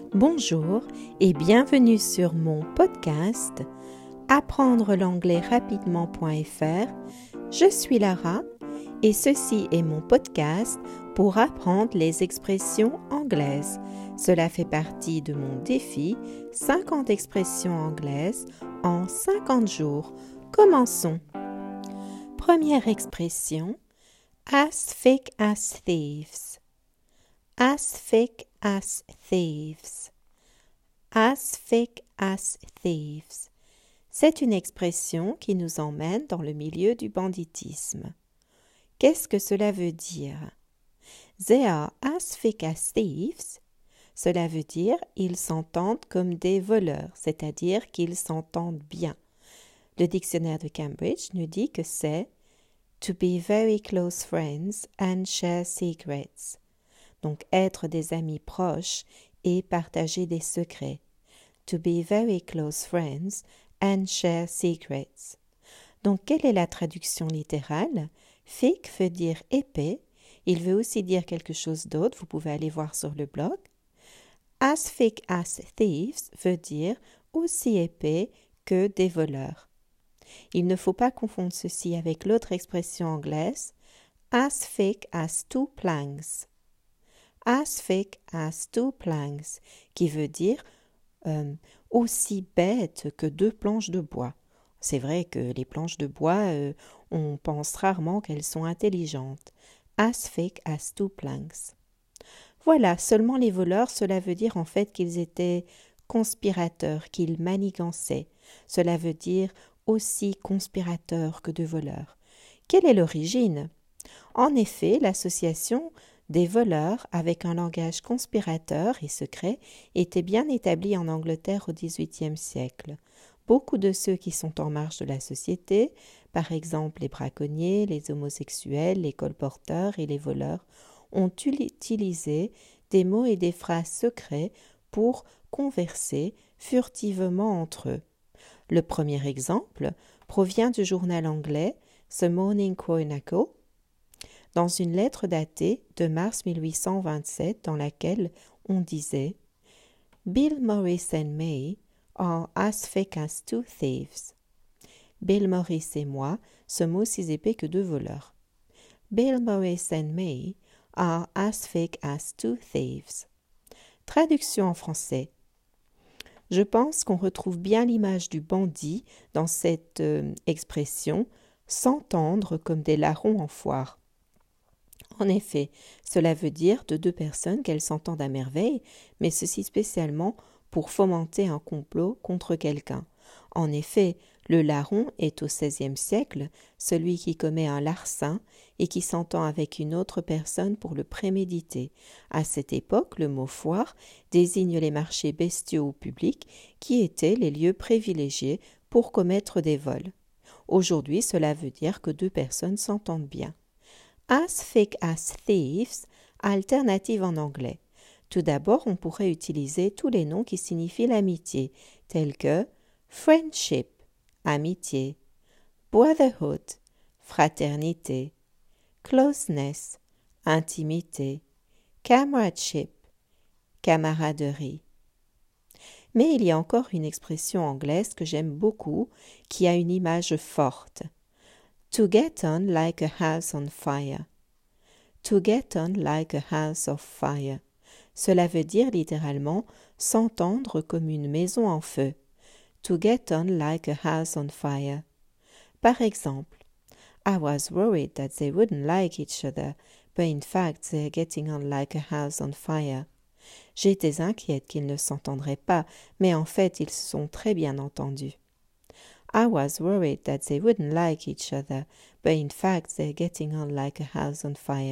Bonjour et bienvenue sur mon podcast Apprendre l'anglais rapidement.fr. Je suis Lara et ceci est mon podcast pour apprendre les expressions anglaises. Cela fait partie de mon défi 50 expressions anglaises en 50 jours. Commençons. Première expression, as thick as thieves. As thick as thieves. As thick as thieves. C'est une expression qui nous emmène dans le milieu du banditisme. Qu'est-ce que cela veut dire? They are as thick as thieves. Cela veut dire ils s'entendent comme des voleurs, c'est-à-dire qu'ils s'entendent bien. Le dictionnaire de Cambridge nous dit que c'est to be very close friends and share secrets. Donc, être des amis proches et partager des secrets. To be very close friends and share secrets. Donc, quelle est la traduction littérale? Thick veut dire épais. Il veut aussi dire quelque chose d'autre. Vous pouvez aller voir sur le blog. As thick as thieves veut dire aussi épais que des voleurs. Il ne faut pas confondre ceci avec l'autre expression anglaise, as thick as two planks. As thick as two planks, qui veut dire aussi bête que deux planches de bois. C'est vrai que les planches de bois, on pense rarement qu'elles sont intelligentes. As thick as two planks. Voilà, seulement les voleurs, cela veut dire en fait qu'ils étaient conspirateurs, qu'ils manigançaient. Cela veut dire aussi conspirateurs que de voleurs. Quelle est l'origine? En effet, l'association des voleurs avec un langage conspirateur et secret était bien établie en Angleterre au XVIIIe siècle. Beaucoup de ceux qui sont en marge de la société, par exemple les braconniers, les homosexuels, les colporteurs et les voleurs, ont utilisé des mots et des phrases secrets pour converser furtivement entre eux. Le premier exemple provient du journal anglais The Morning Chronicle, dans une lettre datée de mars 1827 dans laquelle on disait « Bill Morris and me are as thick as two thieves. » Bill Morris et moi sommes aussi épais que deux voleurs. Bill Morris and me are as thick as two thieves. Traduction en français. Je pense qu'on retrouve bien l'image du bandit dans cette expression « s'entendre comme des larrons en foire ». En effet, cela veut dire de deux personnes qu'elles s'entendent à merveille, mais ceci spécialement pour fomenter un complot contre quelqu'un. En effet, le larron est au XVIe siècle celui qui commet un larcin et qui s'entend avec une autre personne pour le préméditer. À cette époque, le mot foire désigne les marchés bestiaux ou publics qui étaient les lieux privilégiés pour commettre des vols. Aujourd'hui, cela veut dire que deux personnes s'entendent bien. As thick as thieves, alternative en anglais. Tout d'abord, on pourrait utiliser tous les noms qui signifient l'amitié, tels que friendship, amitié, brotherhood, fraternité, closeness, intimité, comradeship, camaraderie. Mais il y a encore une expression anglaise que j'aime beaucoup, qui a une image forte. To get on like a house on fire. To get on like a house of fire. Cela veut dire littéralement s'entendre comme une maison en feu. To get on like a house on fire. Par exemple, I was worried that they wouldn't like each other, but in fact they're getting on like a house on fire. J'étais inquiète qu'ils ne s'entendraient pas, mais en fait ils se sont très bien entendus. I was worried that they wouldn't like each other, but in fact they're getting on like a house on fire.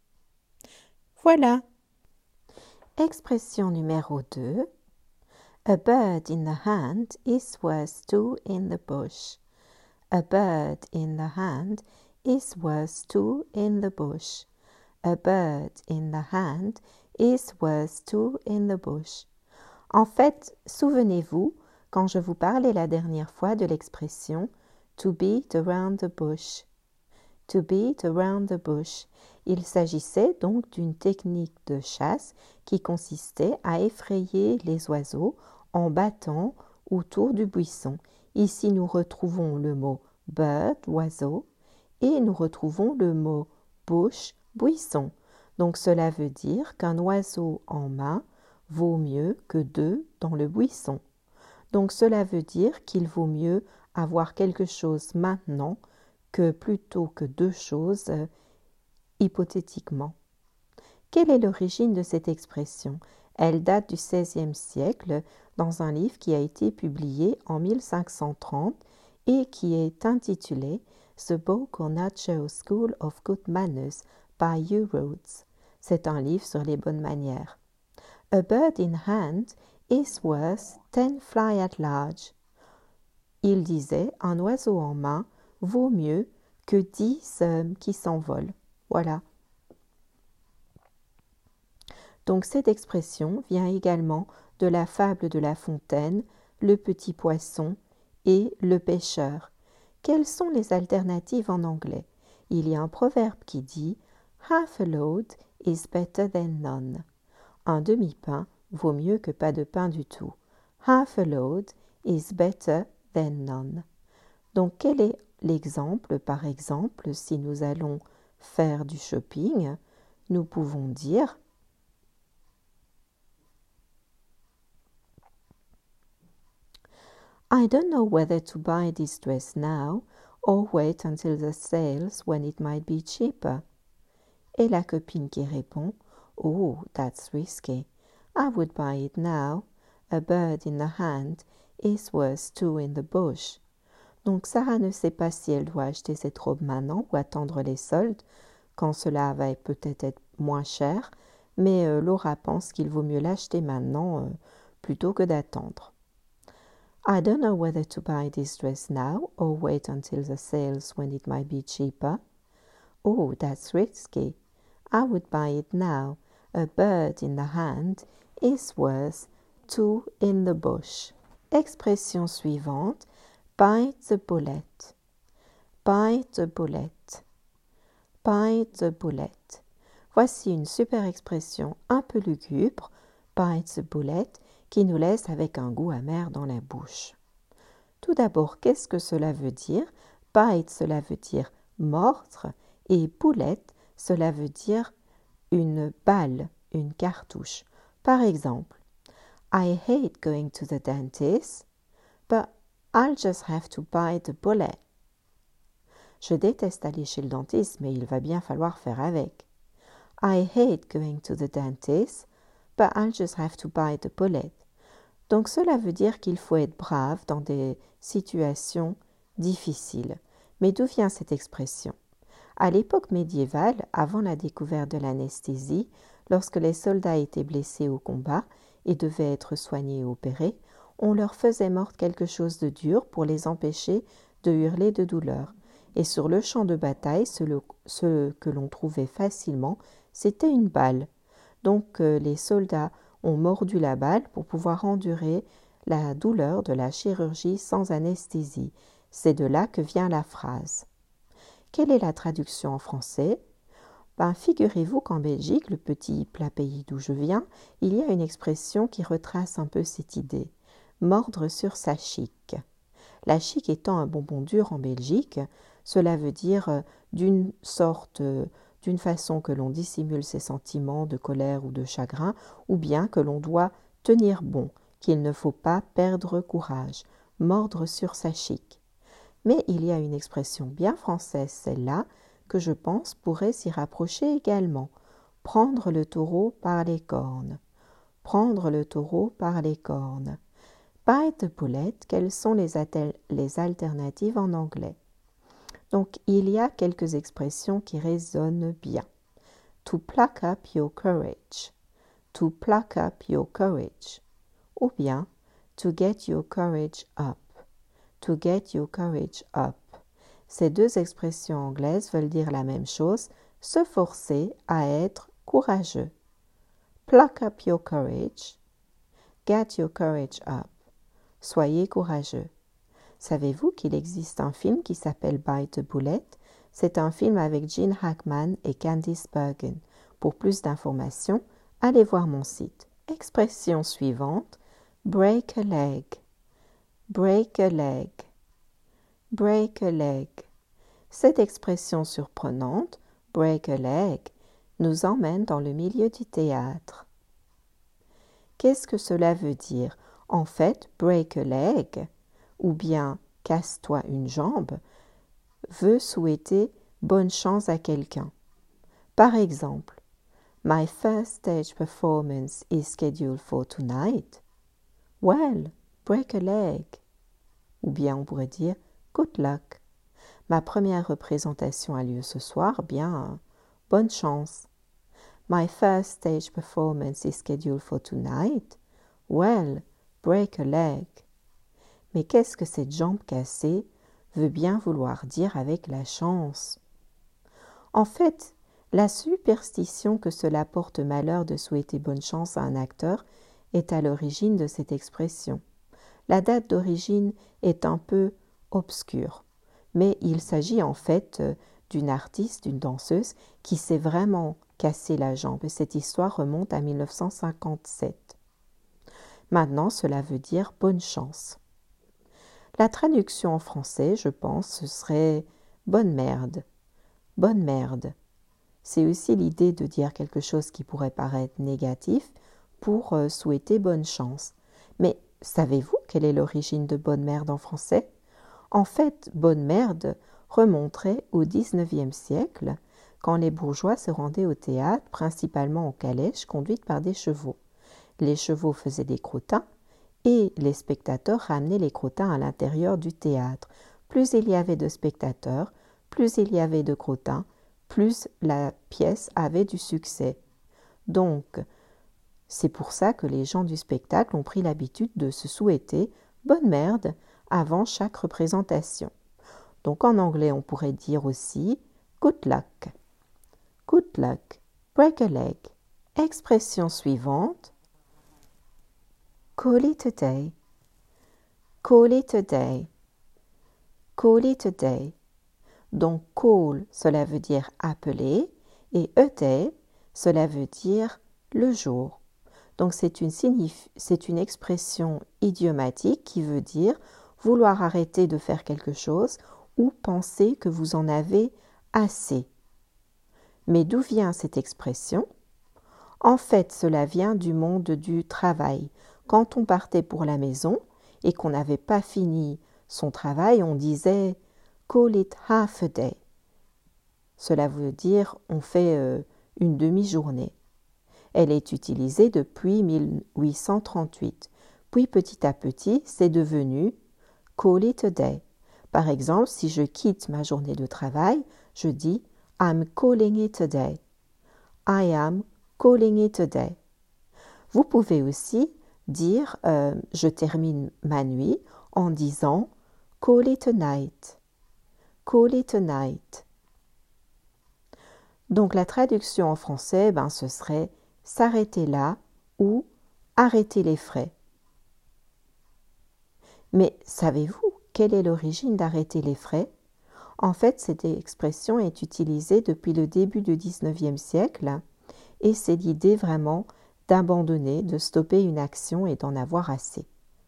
Voilà. Expression numéro 2. A bird in the hand is worth two in the bush. A bird in the hand is worth two in the bush. A bird in the hand is worth two in the bush. En fait, souvenez-vous, quand je vous parlais la dernière fois de l'expression « to beat around the bush ». to beat around the bush. Il s'agissait donc d'une technique de chasse qui consistait à effrayer les oiseaux en battant autour du buisson. Ici, nous retrouvons le mot bird, oiseau, et nous retrouvons le mot bush, buisson. Donc cela veut dire qu'un oiseau en main vaut mieux que deux dans le buisson. Donc cela veut dire qu'il vaut mieux avoir quelque chose maintenant que plutôt que deux choses hypothétiquement. Quelle est l'origine de cette expression? Elle date du XVIe siècle dans un livre qui a été publié en 1530 et qui est intitulé The Book on Natural School of Good Manners by Hugh Rhodes. C'est un livre sur les bonnes manières. A bird in hand is worth 10 fly at large. Il disait, un oiseau en main vaut mieux que 10 qui s'envolent. Voilà. Donc cette expression vient également de la fable de La Fontaine, le petit poisson et le pêcheur. Quelles sont les alternatives en anglais? Il y a un proverbe qui dit « Half a load is better than none ». Un demi-pain vaut mieux que pas de pain du tout. Half a load is better than none. Donc quel est l'exemple? Par exemple, si nous allons faire du shopping, nous pouvons dire I don't know whether to buy this dress now or wait until the sales when it might be cheaper. Et la copine qui répond Oh, that's risky. I would buy it now. A bird in the hand is worth two in the bush. Donc Sarah ne sait pas si elle doit acheter cette robe maintenant ou attendre les soldes, quand cela va peut-être être moins cher, mais Laura pense qu'il vaut mieux l'acheter maintenant plutôt que d'attendre. I don't know whether to buy this dress now or wait until the sales when it might be cheaper. Oh, that's risky. I would buy it now. A bird in the hand is worth two in the bush. Expression suivante, bite the bullet. Bite the bullet. Bite the bullet. Voici une super expression un peu lugubre, bite the bullet, qui nous laisse avec un goût amer dans la bouche. Tout d'abord, qu'est-ce que cela veut dire? Bite, cela veut dire mordre, et bullet, cela veut dire une balle, une cartouche. Par exemple, I hate going to the dentist, but I'll just have to bite the bullet. Je déteste aller chez le dentiste, mais il va bien falloir faire avec. I hate going to the dentist, but I'll just have to bite the bullet. Donc cela veut dire qu'il faut être brave dans des situations difficiles. Mais d'où vient cette expression? À l'époque médiévale, avant la découverte de l'anesthésie, lorsque les soldats étaient blessés au combat et devaient être soignés et opérés, on leur faisait mordre quelque chose de dur pour les empêcher de hurler de douleur. Et sur le champ de bataille, ce que l'on trouvait facilement, c'était une balle. Donc les soldats ont mordu la balle pour pouvoir endurer la douleur de la chirurgie sans anesthésie. C'est de là que vient la phrase. Quelle est la traduction en français? Figurez-vous qu'en Belgique, le petit plat pays d'où je viens, il y a une expression qui retrace un peu cette idée. Mordre sur sa chique. La chique étant un bonbon dur en Belgique, cela veut dire d'une façon que l'on dissimule ses sentiments de colère ou de chagrin, ou bien que l'on doit tenir bon, qu'il ne faut pas perdre courage, mordre sur sa chique. Mais il y a une expression bien française, celle-là, que je pense pourrait s'y rapprocher également. Prendre le taureau par les cornes. Prendre le taureau par les cornes. Bite the bullet, quelles sont les alternatives en anglais? Donc, il y a quelques expressions qui résonnent bien. To pluck up your courage. To pluck up your courage. Ou bien, to get your courage up. To get your courage up. Ces deux expressions anglaises veulent dire la même chose, se forcer à être courageux. Pluck up your courage. Get your courage up. Soyez courageux. Savez-vous qu'il existe un film qui s'appelle Bite the Bullet? C'est un film avec Gene Hackman et Candice Bergen. Pour plus d'informations, allez voir mon site. Expression suivante, break a leg, break a leg, break a leg. Cette expression surprenante, break a leg, nous emmène dans le milieu du théâtre. Qu'est-ce que cela veut dire? En fait, break a leg, ou bien casse-toi une jambe, veut souhaiter bonne chance à quelqu'un. Par exemple, My first stage performance is scheduled for tonight. Well, break a leg. Ou bien on pourrait dire good luck. Ma première représentation a lieu ce soir, bien, bonne chance. My first stage performance is scheduled for tonight. Well, break a leg. Mais qu'est-ce que cette jambe cassée veut bien vouloir dire avec la chance? En fait, la superstition que cela porte malheur de souhaiter bonne chance à un acteur est à l'origine de cette expression. La date d'origine est un peu obscure, mais il s'agit en fait d'une artiste, d'une danseuse, qui s'est vraiment cassé la jambe. Et cette histoire remonte à 1957. Maintenant, cela veut dire bonne chance. La traduction en français, je pense, ce serait bonne merde. Bonne merde. C'est aussi l'idée de dire quelque chose qui pourrait paraître négatif pour souhaiter bonne chance. Mais savez-vous quelle est l'origine de bonne merde en français? En fait, bonne merde remonterait au XIXe siècle, quand les bourgeois se rendaient au théâtre, principalement en calèche, conduite par des chevaux. Les chevaux faisaient des crottins et les spectateurs ramenaient les crottins à l'intérieur du théâtre. Plus il y avait de spectateurs, plus il y avait de crottins, plus la pièce avait du succès. Donc, c'est pour ça que les gens du spectacle ont pris l'habitude de se souhaiter « bonne merde » avant chaque représentation. Donc en anglais, on pourrait dire aussi « good luck ». Good luck, break a leg. Expression suivante, call it a day, call it a day, call it a day. Donc call, cela veut dire appeler, et a day, cela veut dire le jour. Donc c'est une expression idiomatique qui veut dire vouloir arrêter de faire quelque chose ou penser que vous en avez assez. Mais d'où vient cette expression? En fait, cela vient du monde du travail. Quand on partait pour la maison et qu'on n'avait pas fini son travail, on disait « call it half a day ». Cela veut dire « on fait une demi-journée ». Elle est utilisée depuis 1838. Puis petit à petit, c'est devenu « call it a day ». Par exemple, si je quitte ma journée de travail, je dis « I'm calling it a day ». « I am calling it a day ». Vous pouvez aussi dire je termine ma nuit en disant « call it a night ». « Call it a night ». Donc la traduction en français, ce serait « s'arrêter là » ou « arrêter les frais ». Mais savez-vous quelle est l'origine d'arrêter les frais? En fait, cette expression est utilisée depuis le début du XIXe siècle et c'est l'idée vraiment d'abandonner, de stopper une action et d'en avoir assez.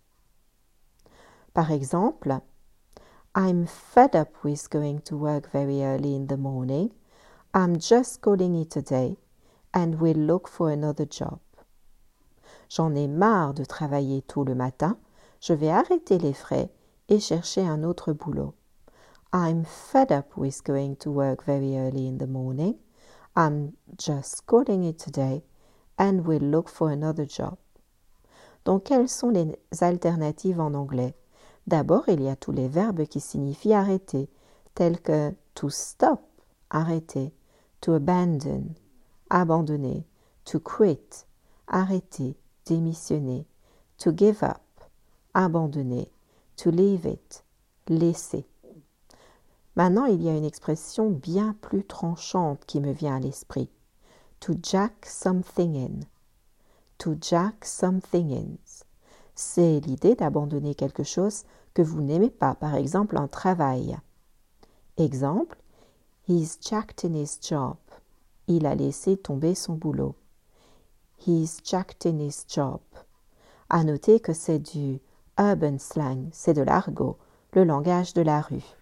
Par exemple, I'm fed up with going to work very early in the morning. I'm just calling it a day and will look for another job. J'en ai marre de travailler tôt le matin. Je vais arrêter les frais et chercher un autre boulot. I'm fed up with going to work very early in the morning. I'm just calling it a day and will look for another job. Donc, quelles sont les alternatives en anglais? D'abord, il y a tous les verbes qui signifient arrêter, tels que to stop, arrêter, to abandon, abandonner, to quit, arrêter, démissionner, to give up, abandonner, to leave it, laisser. Maintenant, il y a une expression bien plus tranchante qui me vient à l'esprit. To jack something in. To jack something in. C'est l'idée d'abandonner quelque chose que vous n'aimez pas, par exemple un travail. Exemple, He's chucked in his job. Il a laissé tomber son boulot. He's chucked in his job. À noter que c'est du urban slang, c'est de l'argot, le langage de la rue.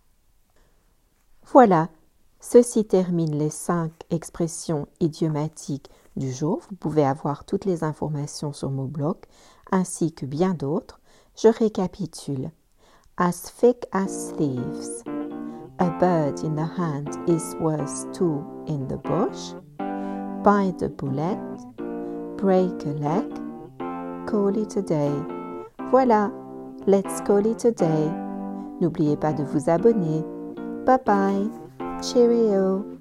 Voilà, ceci termine les 5 expressions idiomatiques du jour. Vous pouvez avoir toutes les informations sur mon blog, ainsi que bien d'autres. Je récapitule. As thick as thieves. A bird in the hand is worth 2 in the bush. Bite the bullet. Break a leg. Call it a day. Voilà, let's call it a day. N'oubliez pas de vous abonner. Bye bye. Cheerio.